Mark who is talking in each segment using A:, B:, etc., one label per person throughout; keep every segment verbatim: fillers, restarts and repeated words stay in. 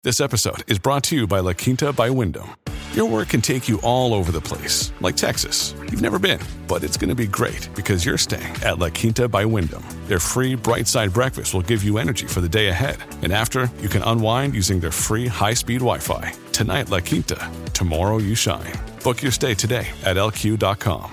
A: This episode is brought to you by La Quinta by Wyndham. Your work can take you all over the place, like Texas. You've never been, but it's going to be great because you're staying at La Quinta by Wyndham. Their free Bright Side breakfast will give you energy for the day ahead. And after, you can unwind using their free high-speed Wi-Fi. Tonight, La Quinta. Tomorrow, you shine. Book your stay today at L Q dot com.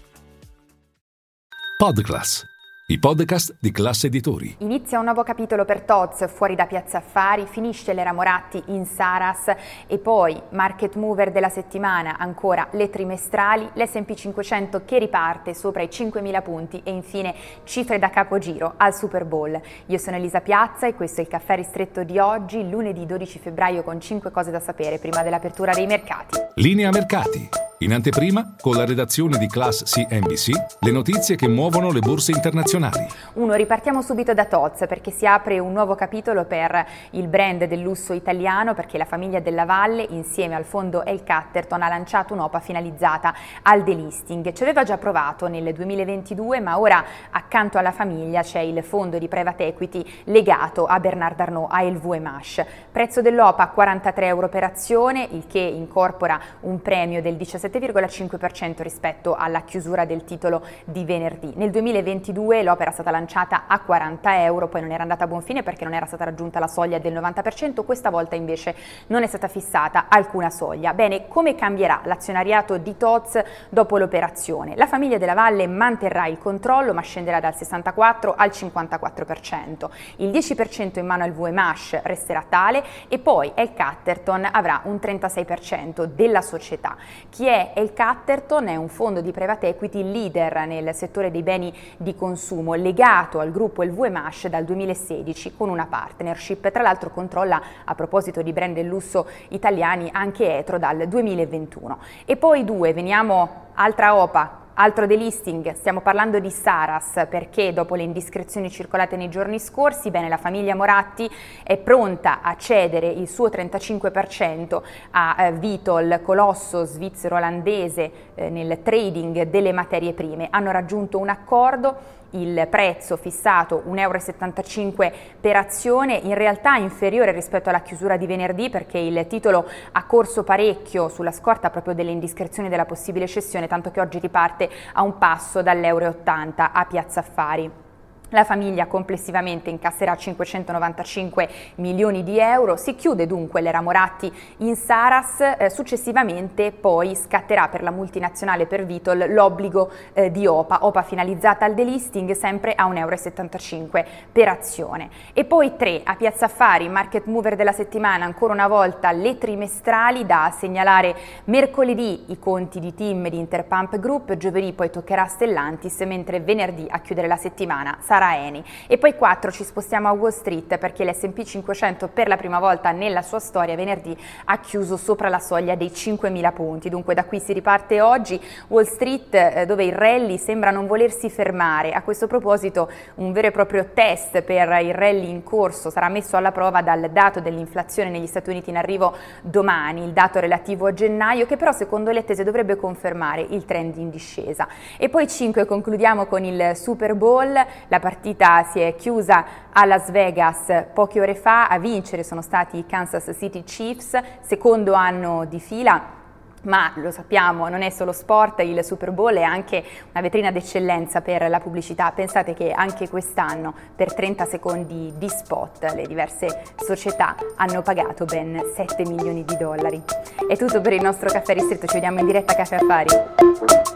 B: Podclass, i podcast di Class Editori.
C: Inizia un nuovo capitolo per Tod's fuori da Piazza Affari, finisce l'era Moratti in Saras e poi market mover della settimana, ancora le trimestrali, l'esse and pi cinquecento che riparte sopra i cinquemila punti e infine cifre da capogiro al Super Bowl. Io sono Elisa Piazza e questo è il caffè ristretto di oggi, lunedì dodici febbraio, con cinque cose da sapere prima dell'apertura dei mercati.
B: Linea mercati. In anteprima, con la redazione di Class C N B C, le notizie che muovono le borse internazionali.
C: Uno, ripartiamo subito da Tod's perché si apre un nuovo capitolo per il brand del lusso italiano, perché la famiglia Della Valle insieme al fondo L Catterton ha lanciato un'OPA finalizzata al delisting. Ci aveva già provato nel duemilaventidue, ma ora accanto alla famiglia c'è il fondo di private equity legato a Bernard Arnault, a L V M H. Prezzo dell'OPA quarantatré euro per azione, il che incorpora un premio del diciassette virgola cinque per cento rispetto alla chiusura del titolo di venerdì. Nel duemilaventidue l'opera è stata lanciata a quaranta euro, poi non era andata a buon fine perché non era stata raggiunta la soglia del novanta per cento, questa volta invece non è stata fissata alcuna soglia. Bene, come cambierà l'azionariato di Tod's dopo l'operazione? La famiglia Della Valle manterrà il controllo ma scenderà dal sessantaquattro al cinquantaquattro per cento. Il dieci per cento in mano al V M H resterà tale e poi L Catterton avrà un trentasei per cento della società. Chi è L Catterton? È un fondo di private equity leader nel settore dei beni di consumo, legato al gruppo L V M H dal duemilasedici con una partnership. Tra l'altro controlla, a proposito di brand del lusso italiani, anche Etro dal duemilaventuno. E poi due, veniamo, altra OPA. Altro delisting, stiamo parlando di Saras, perché dopo le indiscrezioni circolate nei giorni scorsi, bene, la famiglia Moratti è pronta a cedere il suo trentacinque per cento a eh, Vitol, colosso svizzero-olandese eh, nel trading delle materie prime. Hanno raggiunto un accordo. Il prezzo fissato un euro e settantacinque per azione, in realtà inferiore rispetto alla chiusura di venerdì perché il titolo ha corso parecchio sulla scorta proprio delle indiscrezioni della possibile cessione, tanto che oggi riparte a un passo dall'euro e ottanta a Piazza Affari. La famiglia complessivamente incasserà cinquecentonovantacinque milioni di euro, si chiude dunque l'era Moratti in Saras, eh, successivamente poi scatterà per la multinazionale, per Vitol, l'obbligo eh, di OPA, OPA finalizzata al delisting sempre a un euro e settantacinque per azione. E poi tre, a Piazza Affari, market mover della settimana, ancora una volta le trimestrali, da segnalare mercoledì i conti di T I M di Interpump Group, giovedì poi toccherà Stellantis, mentre venerdì a chiudere la settimana sarà Eni. E poi quattro, ci spostiamo a Wall Street perché l'esse and pi cinquecento per la prima volta nella sua storia venerdì ha chiuso sopra la soglia dei cinquemila punti, dunque da qui si riparte oggi. Wall Street eh, dove il rally sembra non volersi fermare. A questo proposito un vero e proprio test per il rally in corso sarà messo alla prova dal dato dell'inflazione negli Stati Uniti in arrivo domani, il dato relativo a gennaio, che però secondo le attese dovrebbe confermare il trend in discesa. E poi cinque, concludiamo con il Super Bowl. La La partita si è chiusa a Las Vegas poche ore fa, a vincere sono stati i Kansas City Chiefs, secondo anno di fila. Ma lo sappiamo, non è solo sport, il Super Bowl è anche una vetrina d'eccellenza per la pubblicità. Pensate che anche quest'anno per trenta secondi di spot le diverse società hanno pagato ben sette milioni di dollari. È tutto per il nostro caffè ristretto, ci vediamo in diretta a Caffè Affari.